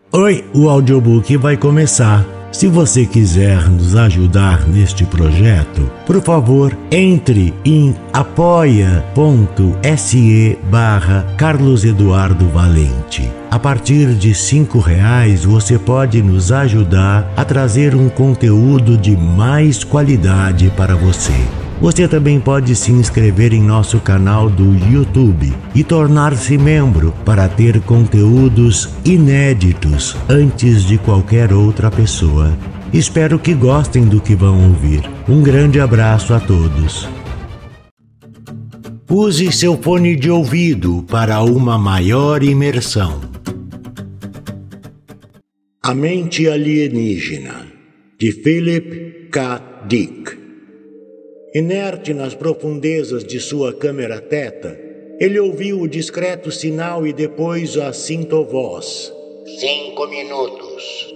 Oi, o audiobook vai começar. Se você quiser nos ajudar neste projeto, por favor, entre em apoia.se/Carlos Eduardo Valente. A partir de R$5 você pode nos ajudar a trazer um conteúdo de mais qualidade para você. Você também pode se inscrever em nosso canal do YouTube e tornar-se membro para ter conteúdos inéditos antes de qualquer outra pessoa. Espero que gostem do que vão ouvir. Um grande abraço a todos. Use seu fone de ouvido para uma maior imersão. A Mente Alienígena, de Philip K. Dick. Inerte nas profundezas de sua câmera teta, ele ouviu o discreto sinal e depois a cintovoz. 5 minutos.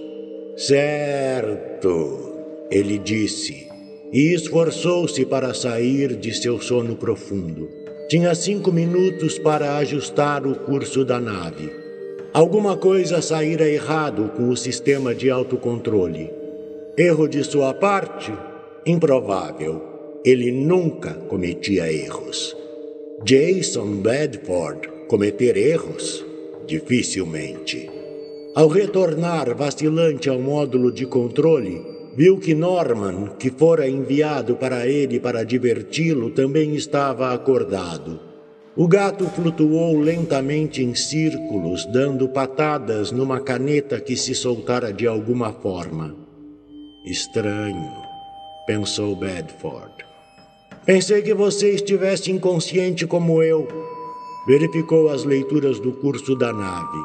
Certo, ele disse, e esforçou-se para sair de seu sono profundo. Tinha 5 minutos para ajustar o curso da nave. Alguma coisa saíra errado com o sistema de autocontrole. Erro de sua parte? Improvável. Ele nunca cometia erros. Jason Bedford cometer erros? Dificilmente. Ao retornar vacilante ao módulo de controle, viu que Norman, que fora enviado para ele para diverti-lo, também estava acordado. O gato flutuou lentamente em círculos, dando patadas numa caneta que se soltara de alguma forma. Estranho, pensou Bedford. Pensei que você estivesse inconsciente como eu. Verificou as leituras do curso da nave.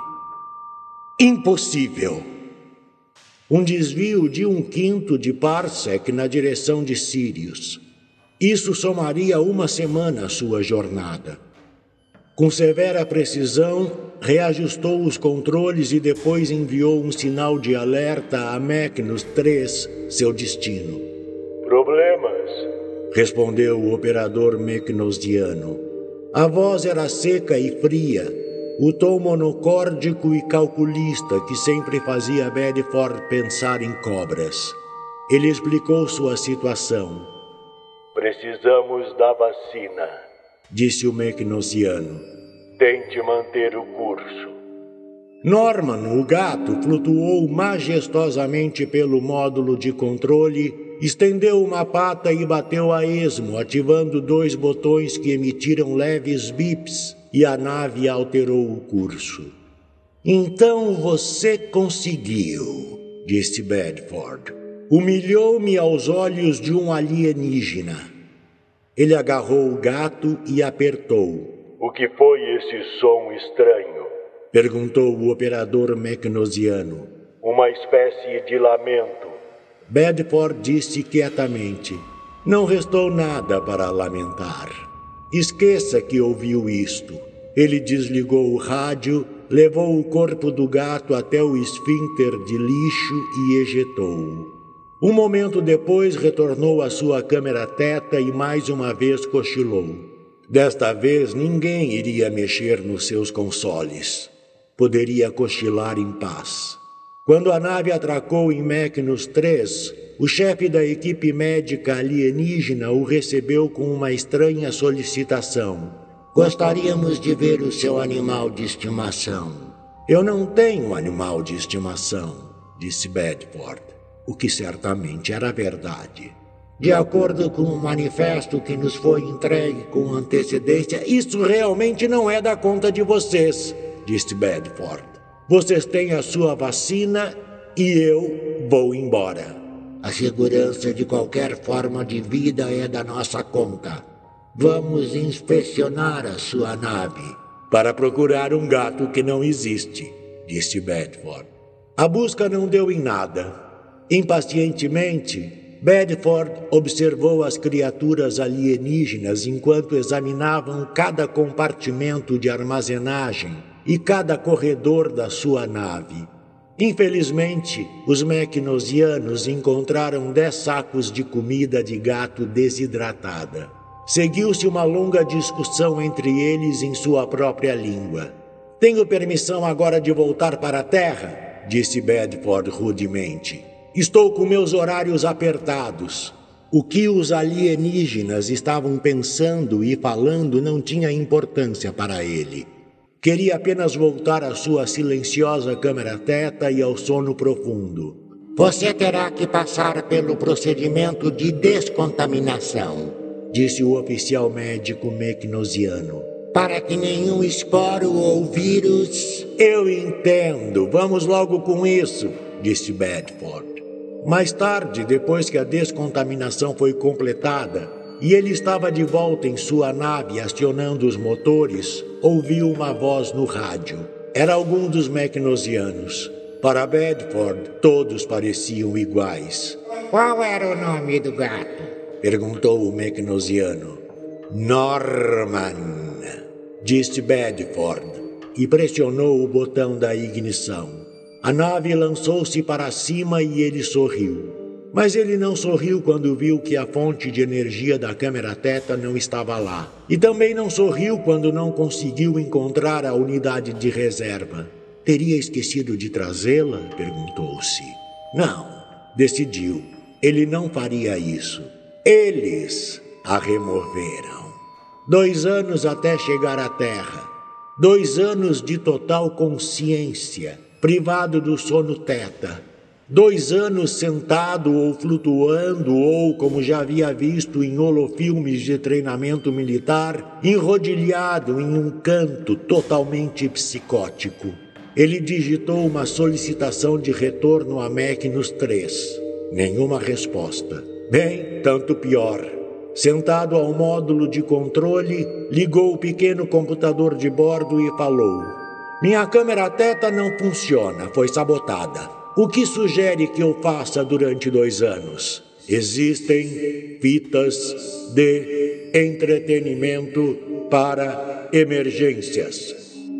Impossível! Um desvio de 1/5 de parsec na direção de Sirius. Isso somaria 1 semana à sua jornada. Com severa precisão, reajustou os controles e depois enviou um sinal de alerta a Mecnos 3, seu destino. Problemas? Respondeu o operador mecnosiano. A voz era seca e fria, o tom monocórdico e calculista que sempre fazia Bedford pensar em cobras. Ele explicou sua situação. Precisamos da vacina, disse o mecnosiano. Tente manter o curso. Norman, o gato, flutuou majestosamente pelo módulo de controle, estendeu uma pata e bateu a esmo, ativando 2 botões que emitiram leves bips, e a nave alterou o curso. Então você conseguiu, disse Bedford. Humilhou-me aos olhos de um alienígena. Ele agarrou o gato e apertou. O que foi esse som estranho? Perguntou o operador mecnosiano. Uma espécie de lamento. Bedford disse quietamente. Não restou nada para lamentar. Esqueça que ouviu isto. Ele desligou o rádio, levou o corpo do gato até o esfíncter de lixo e ejetou-o. Um momento depois retornou à sua câmera teta e mais uma vez cochilou. Desta vez ninguém iria mexer nos seus consoles. Poderia cochilar em paz. Quando a nave atracou em Mecnos 3, o chefe da equipe médica alienígena o recebeu com uma estranha solicitação. Gostaríamos de ver o seu animal de estimação. Eu não tenho animal de estimação, disse Bedford, o que certamente era verdade. De acordo com o manifesto que nos foi entregue com antecedência, isso realmente não é da conta de vocês, disse Bedford. Vocês têm a sua vacina e eu vou embora. A segurança de qualquer forma de vida é da nossa conta. Vamos inspecionar a sua nave. Para procurar um gato que não existe, disse Bedford. A busca não deu em nada. Impacientemente, Bedford observou as criaturas alienígenas enquanto examinavam cada compartimento de armazenagem e cada corredor da sua nave. Infelizmente, os mecnosianos encontraram 10 sacos de comida de gato desidratada. Seguiu-se uma longa discussão entre eles em sua própria língua. Tenho permissão agora de voltar para a Terra? disse Bedford rudemente. Estou com meus horários apertados. O que os alienígenas estavam pensando e falando não tinha importância para ele. Queria apenas voltar à sua silenciosa câmara teta e ao sono profundo. Você terá que passar pelo procedimento de descontaminação, disse o oficial médico mecnosiano. Para que nenhum esporo ou vírus... Eu entendo. Vamos logo com isso, disse Bedford. Mais tarde, depois que a descontaminação foi completada e ele estava de volta em sua nave acionando os motores, ouviu uma voz no rádio. Era algum dos mecnosianos. Para Bedford, todos pareciam iguais. Qual era o nome do gato? Perguntou o mecnosiano. Norman, disse Bedford e pressionou o botão da ignição. A nave lançou-se para cima e ele sorriu. Mas ele não sorriu quando viu que a fonte de energia da câmara teta não estava lá. E também não sorriu quando não conseguiu encontrar a unidade de reserva. Teria esquecido de trazê-la? Perguntou-se. Não, decidiu. Ele não faria isso. Eles a removeram. 2 anos até chegar à Terra. 2 anos de total consciência, privado do sono teta. 2 anos sentado ou flutuando ou, como já havia visto em holofilmes de treinamento militar, enrodilhado em um canto totalmente psicótico. Ele digitou uma solicitação de retorno a Mecnos 3. Nenhuma resposta. Bem, tanto pior. Sentado ao módulo de controle, ligou o pequeno computador de bordo e falou: Minha câmera teta não funciona, foi sabotada. O que sugere que eu faça durante 2 anos? Existem fitas de entretenimento para emergências.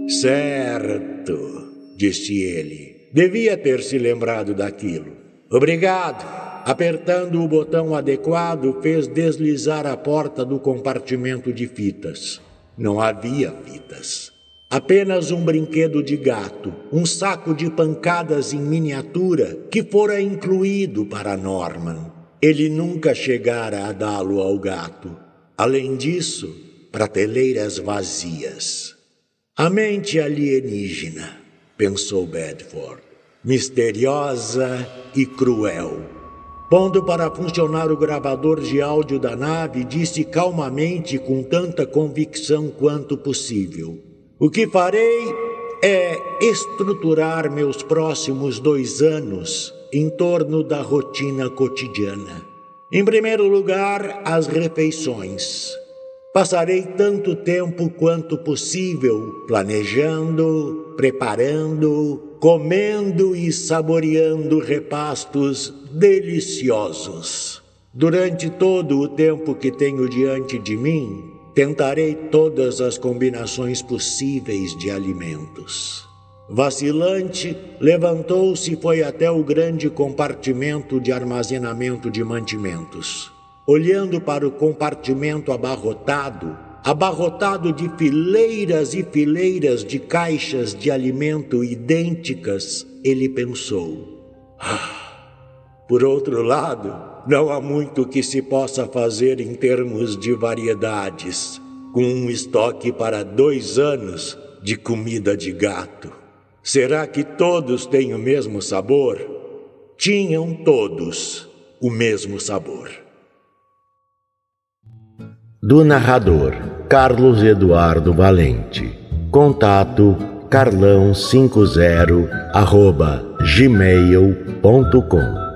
Certo, disse ele. Devia ter se lembrado daquilo. Obrigado. Apertando o botão adequado, fez deslizar a porta do compartimento de fitas. Não havia fitas. Apenas um brinquedo de gato, um saco de pancadas em miniatura que fora incluído para Norman. Ele nunca chegara a dá-lo ao gato. Além disso, prateleiras vazias. A mente alienígena, pensou Bedford, misteriosa e cruel. Pondo para funcionar o gravador de áudio da nave, disse calmamente com tanta convicção quanto possível: O que farei é estruturar meus próximos 2 anos em torno da rotina cotidiana. Em primeiro lugar, as refeições. Passarei tanto tempo quanto possível planejando, preparando, comendo e saboreando repastos deliciosos. Durante todo o tempo que tenho diante de mim, tentarei todas as combinações possíveis de alimentos. Vacilante, levantou-se e foi até o grande compartimento de armazenamento de mantimentos. Olhando para o compartimento abarrotado de fileiras e fileiras de caixas de alimento idênticas, ele pensou: por outro lado, não há muito que se possa fazer em termos de variedades, com um estoque para 2 anos de comida de gato. Será que todos têm o mesmo sabor? Tinham todos o mesmo sabor. Do narrador Carlos Eduardo Valente. Contato carlão50@gmail.com